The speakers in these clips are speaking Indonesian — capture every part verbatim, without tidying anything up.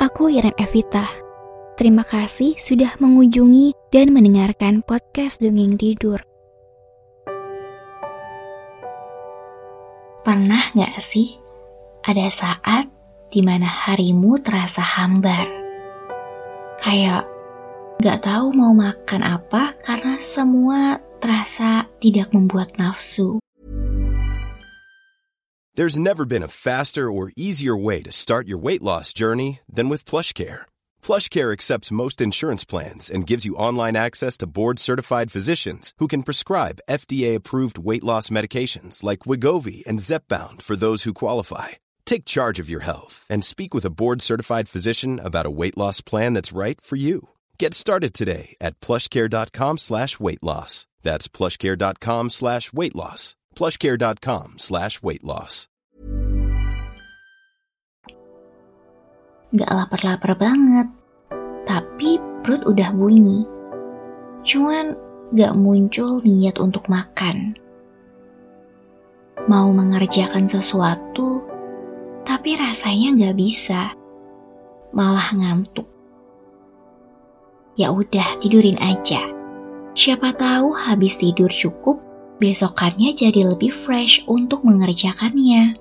Aku Iren Evita. Terima kasih sudah mengunjungi dan mendengarkan podcast Dongeng Tidur. Pernah gak sih ada saat dimana harimu terasa hambar? Kayak gak tahu mau makan apa karena semua terasa tidak membuat nafsu. There's never been a faster or easier way to start your weight loss journey than with PlushCare. PlushCare accepts most insurance plans and gives you online access to board-certified physicians who can prescribe F D A-approved weight loss medications like Wegovy and Zepbound for those who qualify. Take charge of your health and speak with a board-certified physician about a weight loss plan that's right for you. Get started today at plushcare.com slash weight loss. That's plushcare.com slash weight loss. plushcare.com slash weight loss. Gak lapar-lapar banget, tapi perut udah bunyi. Cuman gak muncul niat untuk makan. Mau mengerjakan sesuatu, tapi rasanya gak bisa. Malah ngantuk. Ya udah, tidurin aja. Siapa tahu habis tidur cukup, besokannya jadi lebih fresh untuk mengerjakannya.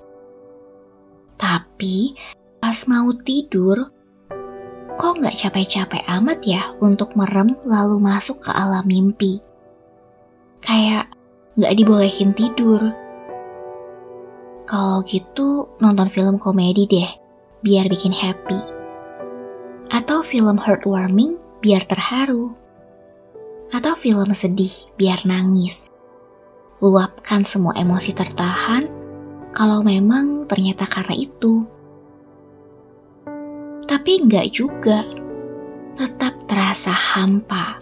Tapi pas mau tidur, kok gak capek-capek amat ya untuk merem lalu masuk ke alam mimpi? Kayak gak dibolehin tidur. Kalau gitu nonton film komedi deh, biar bikin happy. Atau film heartwarming biar terharu. Atau film sedih biar nangis. Luapkan semua emosi tertahan kalau memang ternyata karena itu. Tapi enggak juga, tetap terasa hampa.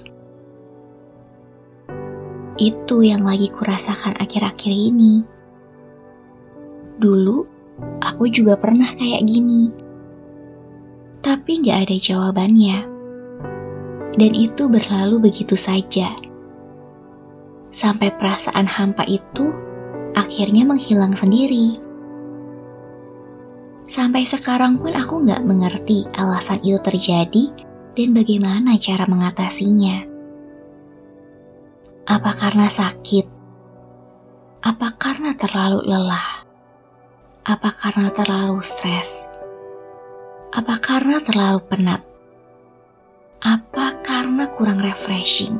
Itu yang lagi kurasakan akhir-akhir ini. Dulu, aku juga pernah kayak gini. Tapi enggak ada jawabannya. Dan itu berlalu begitu saja. Sampai perasaan hampa itu akhirnya menghilang sendiri. Sampai sekarang pun aku gak mengerti alasan itu terjadi dan bagaimana cara mengatasinya. Apa karena sakit? Apa karena terlalu lelah? Apa karena terlalu stres? Apa karena terlalu penat? Apa karena kurang refreshing?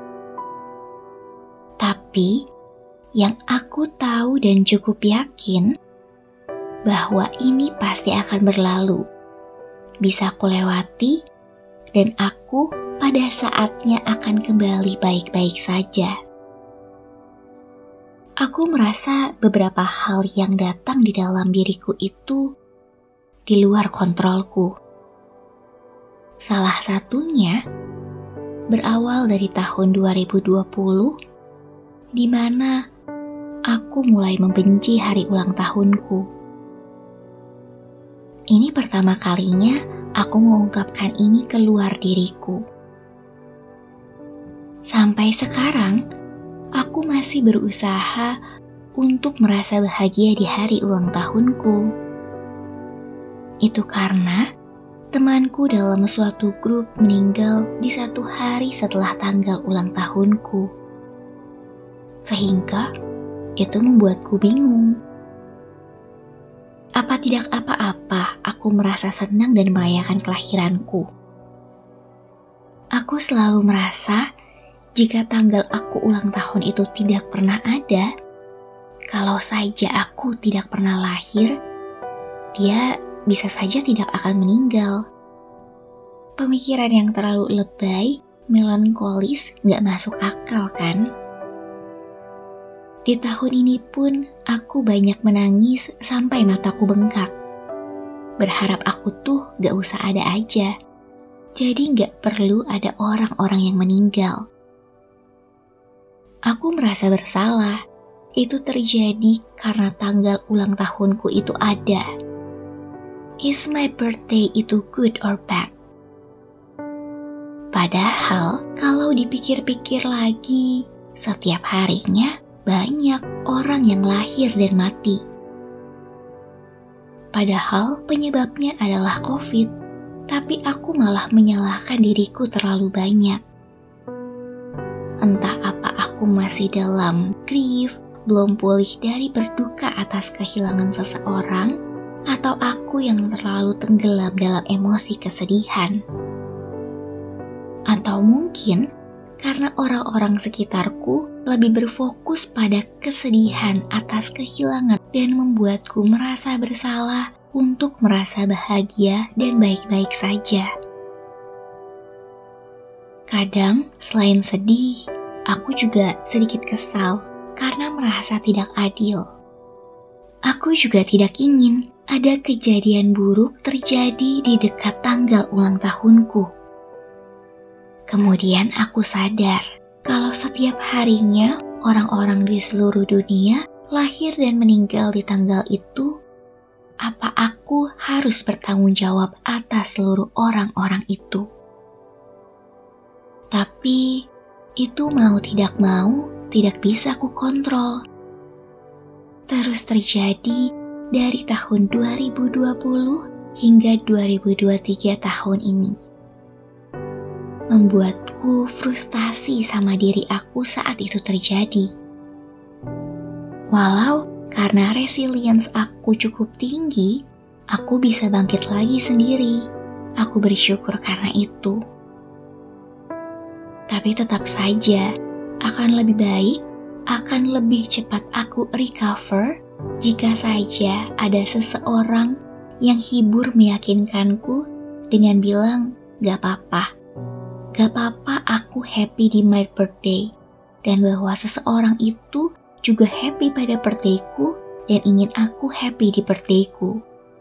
Tapi, yang aku tahu dan cukup yakin bahwa ini pasti akan berlalu. Bisa aku lewati, dan aku pada saatnya akan kembali baik-baik saja. Aku merasa beberapa hal yang datang di dalam diriku itu di luar kontrolku. Salah satunya berawal dari tahun dua ribu dua puluh, di mana aku mulai membenci hari ulang tahunku. Ini pertama kalinya aku mengungkapkan ini keluar diriku. Sampai sekarang, aku masih berusaha untuk merasa bahagia di hari ulang tahunku. Itu karena temanku dalam suatu grup meninggal di satu hari setelah tanggal ulang tahunku. Sehingga itu membuatku bingung. Apa tidak apa-apa aku merasa senang dan merayakan kelahiranku? Aku selalu merasa jika tanggal aku ulang tahun itu tidak pernah ada, kalau saja aku tidak pernah lahir, dia bisa saja tidak akan meninggal. Pemikiran yang terlalu lebay, melankolis, gak masuk akal kan? Di tahun ini pun aku banyak menangis sampai mataku bengkak. Berharap aku tuh gak usah ada aja. Jadi gak perlu ada orang-orang yang meninggal. Aku merasa bersalah. Itu terjadi karena tanggal ulang tahunku itu ada. Is my birthday itu good or bad? Padahal kalau dipikir-pikir lagi, setiap harinya banyak orang yang lahir dan mati. Padahal penyebabnya adalah COVID, tapi aku malah menyalahkan diriku terlalu banyak. Entah apa aku masih dalam grief, belum pulih dari berduka atas kehilangan seseorang, atau aku yang terlalu tenggelam dalam emosi kesedihan. Atau mungkin karena orang-orang sekitarku lebih berfokus pada kesedihan atas kehilangan dan membuatku merasa bersalah untuk merasa bahagia dan baik-baik saja. Kadang, selain sedih, aku juga sedikit kesal karena merasa tidak adil. Aku juga tidak ingin ada kejadian buruk terjadi di dekat tanggal ulang tahunku. Kemudian aku sadar kalau setiap harinya orang-orang di seluruh dunia lahir dan meninggal di tanggal itu. Apa aku harus bertanggung jawab atas seluruh orang-orang itu? Tapi itu mau tidak mau tidak bisa ku kontrol. Terus terjadi dari tahun dua ribu dua puluh hingga dua ribu dua puluh tiga tahun ini. Membuatku frustasi sama diri aku saat itu terjadi. Walau karena resilience aku cukup tinggi, aku bisa bangkit lagi sendiri. Aku bersyukur karena itu. Tapi tetap saja, akan lebih baik, akan lebih cepat aku recover jika saja ada seseorang yang hibur meyakinkanku dengan bilang, gak apa-apa, gak apa-apa aku happy di my birthday, dan bahwa seseorang itu juga happy pada birthdayku dan ingin aku happy di birthdayku.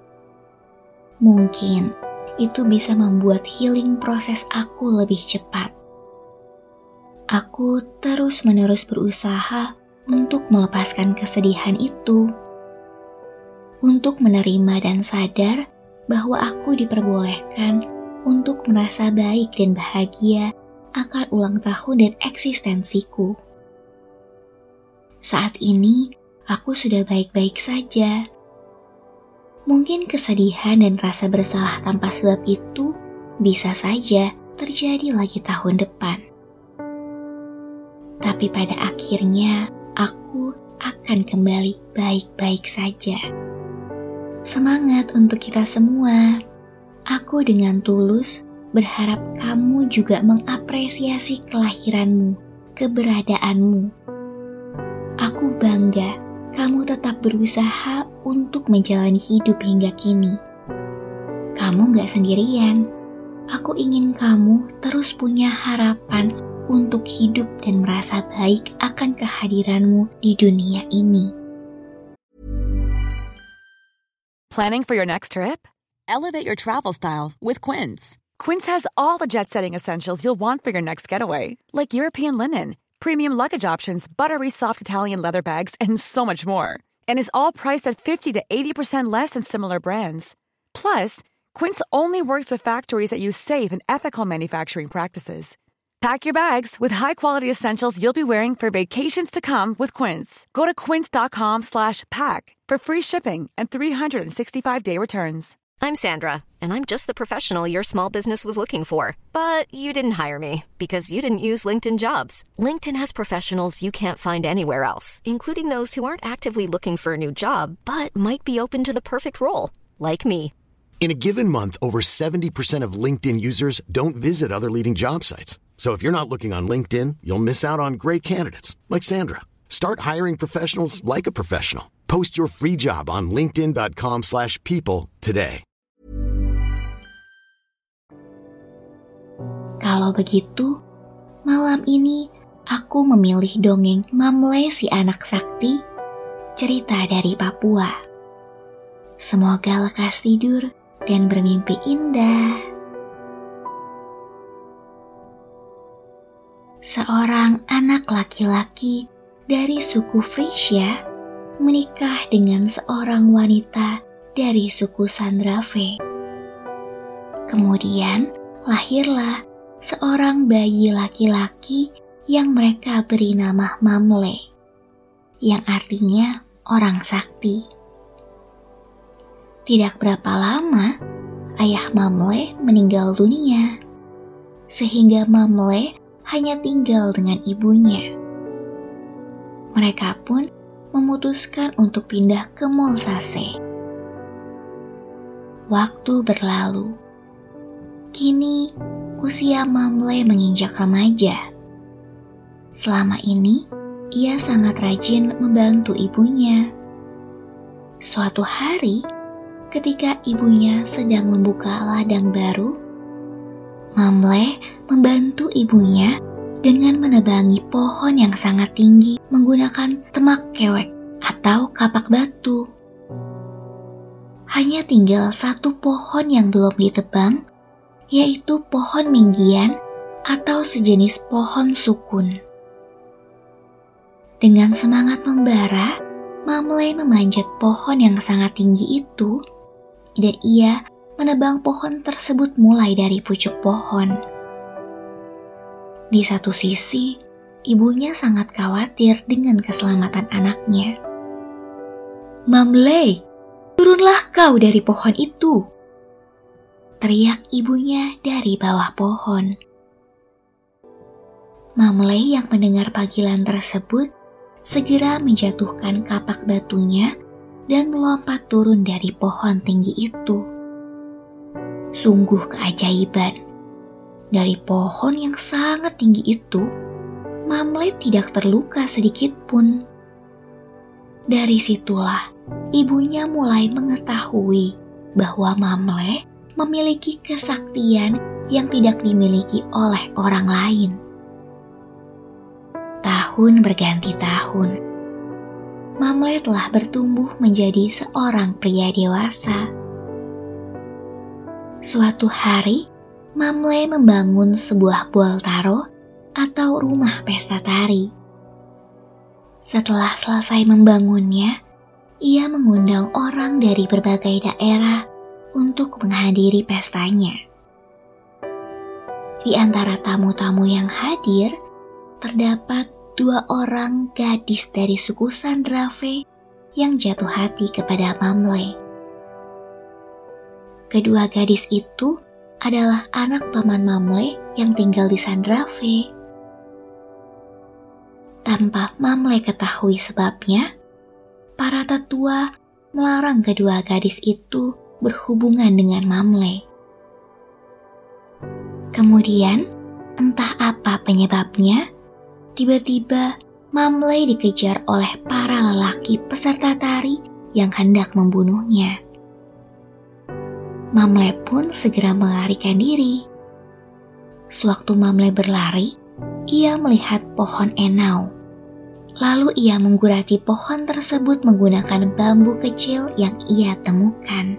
Mungkin itu bisa membuat healing proses aku lebih cepat. Aku terus-menerus berusaha untuk melepaskan kesedihan itu, untuk menerima dan sadar bahwa aku diperbolehkan untuk merasa baik dan bahagia akan ulang tahun dan eksistensiku. Saat ini, aku sudah baik-baik saja. Mungkin kesedihan dan rasa bersalah tanpa sebab itu bisa saja terjadi lagi tahun depan. Tapi pada akhirnya, aku akan kembali baik-baik saja. Semangat untuk kita semua. Aku dengan tulus berharap kamu juga mengapresiasi kelahiranmu, keberadaanmu. Aku bangga kamu tetap berusaha untuk menjalani hidup hingga kini. Kamu gak sendirian. Aku ingin kamu terus punya harapan untuk hidup dan merasa baik akan kehadiranmu di dunia ini. Planning for your next trip? Elevate your travel style with Quince. Quince has all the jet-setting essentials you'll want for your next getaway, like European linen, premium luggage options, buttery soft Italian leather bags, and so much more. And is all priced at fifty to eighty percent less than similar brands. Plus, Quince only works with factories that use safe and ethical manufacturing practices. Pack your bags with high-quality essentials you'll be wearing for vacations to come with Quince. Go to quince.com slash pack for free shipping and three sixty-five day returns. I'm Sandra, and I'm just the professional your small business was looking for. But you didn't hire me because you didn't use LinkedIn Jobs. LinkedIn has professionals you can't find anywhere else, including those who aren't actively looking for a new job, but might be open to the perfect role, like me. In a given month, over seventy percent of LinkedIn users don't visit other leading job sites. So if you're not looking on LinkedIn, you'll miss out on great candidates like Sandra. Start hiring professionals like a professional. Post your free job on linkedin.com slash people today. Kalau begitu, malam ini aku memilih dongeng Mamle si anak sakti, cerita dari Papua. Semoga lekas tidur dan bermimpi indah. Seorang anak laki-laki dari suku Frisia menikah dengan seorang wanita dari suku Sandrave. Kemudian lahirlah seorang bayi laki-laki yang mereka beri nama Mamle, yang artinya orang sakti. Tidak berapa lama, ayah Mamle meninggal dunia, sehingga Mamle hanya tinggal dengan ibunya. Mereka pun memutuskan untuk pindah ke Molsase. Waktu berlalu. Kini usia Mamle menginjak remaja. Selama ini, ia sangat rajin membantu ibunya. Suatu hari, ketika ibunya sedang membuka ladang baru, Mamle membantu ibunya dengan menebangi pohon yang sangat tinggi menggunakan temak kewek atau kapak batu. Hanya tinggal satu pohon yang belum ditebang, yaitu pohon minggian atau sejenis pohon sukun. Dengan semangat membara, Mamle memanjat pohon yang sangat tinggi itu, dan ia menebang pohon tersebut mulai dari pucuk pohon. Di satu sisi, ibunya sangat khawatir dengan keselamatan anaknya. "Mamle, turunlah kau dari pohon itu!" teriak ibunya dari bawah pohon. Mamle yang mendengar panggilan tersebut segera menjatuhkan kapak batunya dan melompat turun dari pohon tinggi itu. Sungguh keajaiban. Dari pohon yang sangat tinggi itu, Mamle tidak terluka sedikit pun. Dari situlah ibunya mulai mengetahui bahwa Mamle memiliki kesaktian yang tidak dimiliki oleh orang lain. Tahun berganti tahun. Mamle telah bertumbuh menjadi seorang pria dewasa. Suatu hari, Mamle membangun sebuah boltaro atau rumah pesta tari. Setelah selesai membangunnya, ia mengundang orang dari berbagai daerah untuk menghadiri pestanya. Di antara tamu-tamu yang hadir, terdapat dua orang gadis dari suku Sandrave yang jatuh hati kepada Mamle. Kedua gadis itu adalah anak paman Mamle yang tinggal di Sandrave. Tanpa Mamle ketahui sebabnya, para tetua melarang kedua gadis itu berhubungan dengan Mamle. Kemudian, entah apa penyebabnya, tiba-tiba Mamle dikejar oleh para lelaki peserta tari yang hendak membunuhnya. Mamle pun segera melarikan diri. Sewaktu Mamle berlari, ia melihat pohon enau. Lalu ia menggurati pohon tersebut menggunakan bambu kecil yang ia temukan.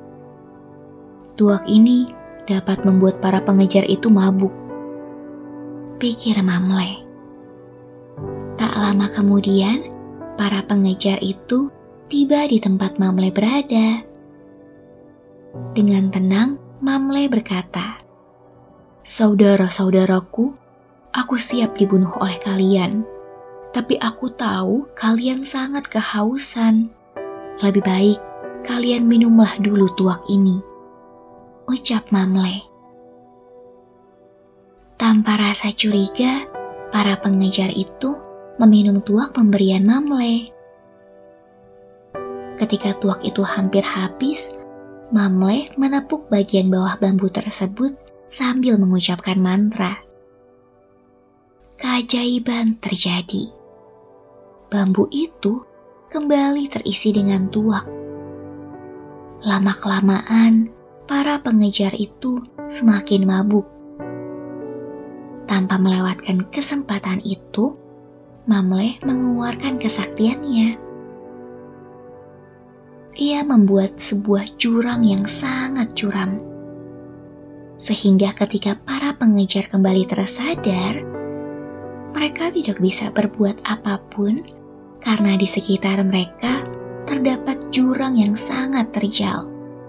Tuak ini dapat membuat para pengejar itu mabuk, pikir Mamle. Tak lama kemudian, para pengejar itu tiba di tempat Mamle berada. Dengan tenang, Mamle berkata, "Saudara-saudaraku, aku siap dibunuh oleh kalian. Tapi aku tahu kalian sangat kehausan. Lebih baik kalian minumlah dulu tuak ini," ucap Mamle. Tanpa rasa curiga, para pengejar itu meminum tuak pemberian Mamle. Ketika tuak itu hampir habis, Mamle menepuk bagian bawah bambu tersebut sambil mengucapkan mantra. Keajaiban terjadi. Bambu itu kembali terisi dengan tuak. Lama-kelamaan, para pengejar itu semakin mabuk. Tanpa melewatkan kesempatan itu, Mamle mengeluarkan kesaktiannya. Ia membuat sebuah jurang yang sangat curam. Sehingga ketika para pengejar kembali tersadar, mereka tidak bisa berbuat apapun karena di sekitar mereka terdapat jurang yang sangat terjal.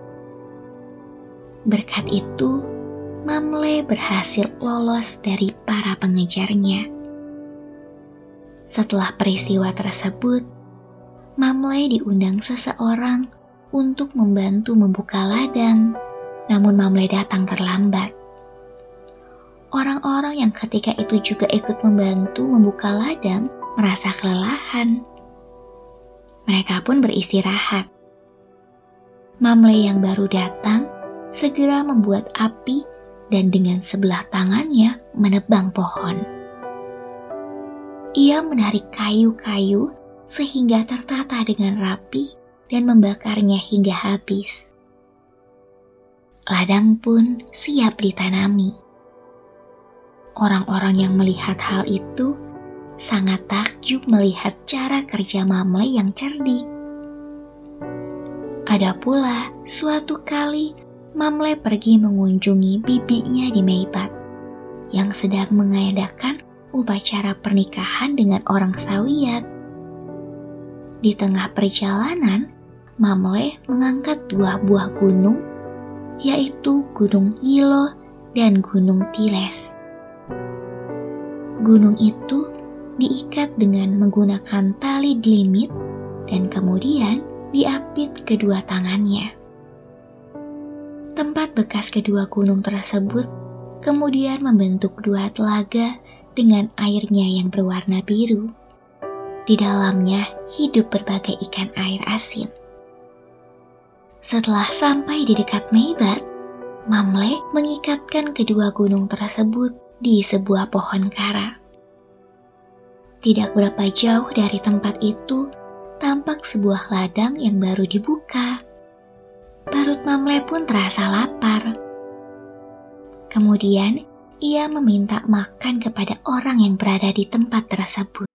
Berkat itu, Mamle berhasil lolos dari para pengejarnya. Setelah peristiwa tersebut, Mamle diundang seseorang untuk membantu membuka ladang. Namun Mamle datang terlambat. Orang-orang yang ketika itu juga ikut membantu membuka ladang merasa kelelahan. Mereka pun beristirahat. Mamle yang baru datang segera membuat api dan dengan sebelah tangannya menebang pohon. Ia menarik kayu-kayu sehingga tertata dengan rapi dan membakarnya hingga habis. Ladang pun siap ditanami. Orang-orang yang melihat hal itu sangat takjub melihat cara kerja Mamle yang cerdik. Ada pula suatu kali Mamle pergi mengunjungi bibinya di Meibat yang sedang mengadakan upacara pernikahan dengan orang Sawiat. Di tengah perjalanan, Mamle mengangkat dua buah gunung, yaitu Gunung Yilo dan Gunung Tiles. Gunung itu diikat dengan menggunakan tali delimit dan kemudian diapit kedua tangannya. Tempat bekas kedua gunung tersebut kemudian membentuk dua telaga dengan airnya yang berwarna biru. Di dalamnya hidup berbagai ikan air asin. Setelah sampai di dekat Meibat, Mamle mengikatkan kedua gunung tersebut di sebuah pohon kara. Tidak berapa jauh dari tempat itu, tampak sebuah ladang yang baru dibuka. Perut Mamle pun terasa lapar. Kemudian, ia meminta makan kepada orang yang berada di tempat tersebut.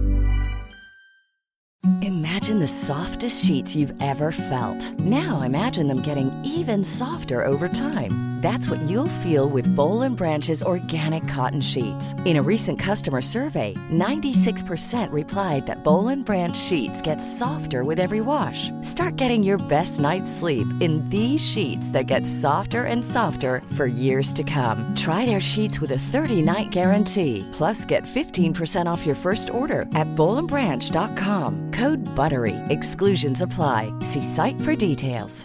Imagine the softest sheets you've ever felt. Now imagine them getting even softer over time. That's what you'll feel with Boll and Branch's organic cotton sheets. In a recent customer survey, ninety-six percent replied that Boll and Branch sheets get softer with every wash. Start getting your best night's sleep in these sheets that get softer and softer for years to come. Try their sheets with a thirty-night guarantee. Plus, get fifteen percent off your first order at boll and branch dot com. Code BUTTERY. Exclusions apply. See site for details.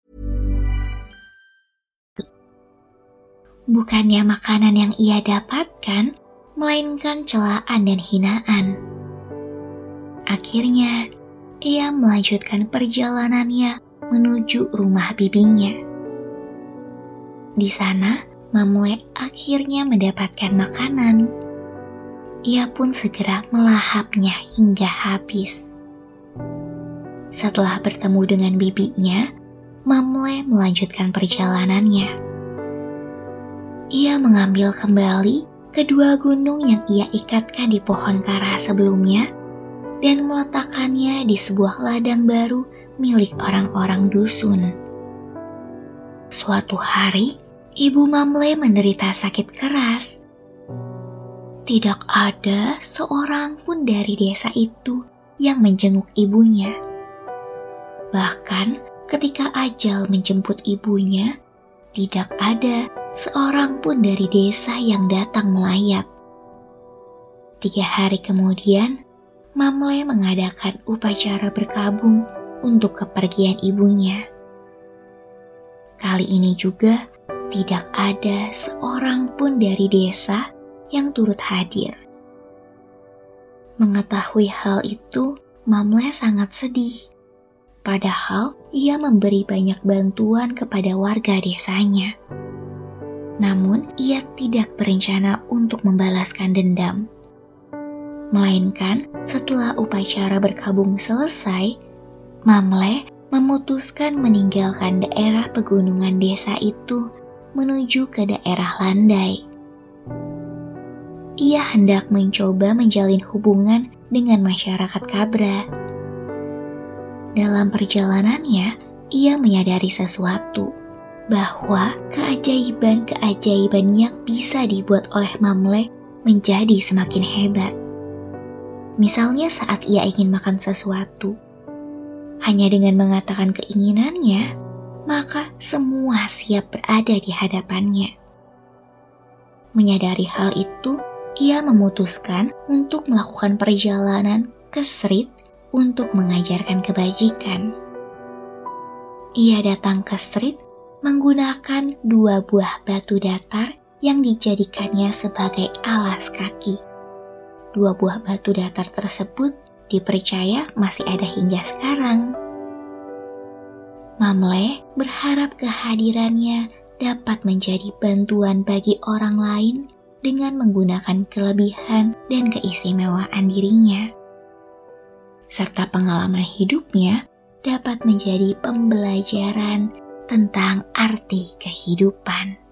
Bukannya makanan yang ia dapatkan, melainkan celaan dan hinaan. Akhirnya, ia melanjutkan perjalanannya menuju rumah bibinya. Di sana, Mamle akhirnya mendapatkan makanan. Ia pun segera melahapnya hingga habis. Setelah bertemu dengan bibinya, Mamle melanjutkan perjalanannya. Ia mengambil kembali kedua gunung yang ia ikatkan di pohon kara sebelumnya dan meletakkannya di sebuah ladang baru milik orang-orang dusun. Suatu hari, ibu Mamle menderita sakit keras. Tidak ada seorang pun dari desa itu yang menjenguk ibunya. Bahkan ketika ajal menjemput ibunya, tidak ada seorang pun dari desa yang datang melayat. Tiga hari kemudian, Mamle mengadakan upacara berkabung untuk kepergian ibunya. Kali ini juga tidak ada seorang pun dari desa yang turut hadir. Mengetahui hal itu, Mamle sangat sedih. Padahal ia memberi banyak bantuan kepada warga desanya. Namun, ia tidak berencana untuk membalaskan dendam. Melainkan, setelah upacara berkabung selesai, Mamle memutuskan meninggalkan daerah pegunungan desa itu menuju ke daerah landai. Ia hendak mencoba menjalin hubungan dengan masyarakat Kabra. Dalam perjalanannya, ia menyadari sesuatu, bahwa keajaiban-keajaiban yang bisa dibuat oleh Mamle menjadi semakin hebat. Misalnya saat ia ingin makan sesuatu, hanya dengan mengatakan keinginannya, maka semua siap berada di hadapannya. Menyadari hal itu, ia memutuskan untuk melakukan perjalanan ke Srit untuk mengajarkan kebajikan. Ia datang ke Srit menggunakan dua buah batu datar yang dijadikannya sebagai alas kaki. Dua buah batu datar tersebut dipercaya masih ada hingga sekarang. Mamle berharap kehadirannya dapat menjadi bantuan bagi orang lain dengan menggunakan kelebihan dan keistimewaan dirinya, serta pengalaman hidupnya dapat menjadi pembelajaran tentang arti kehidupan.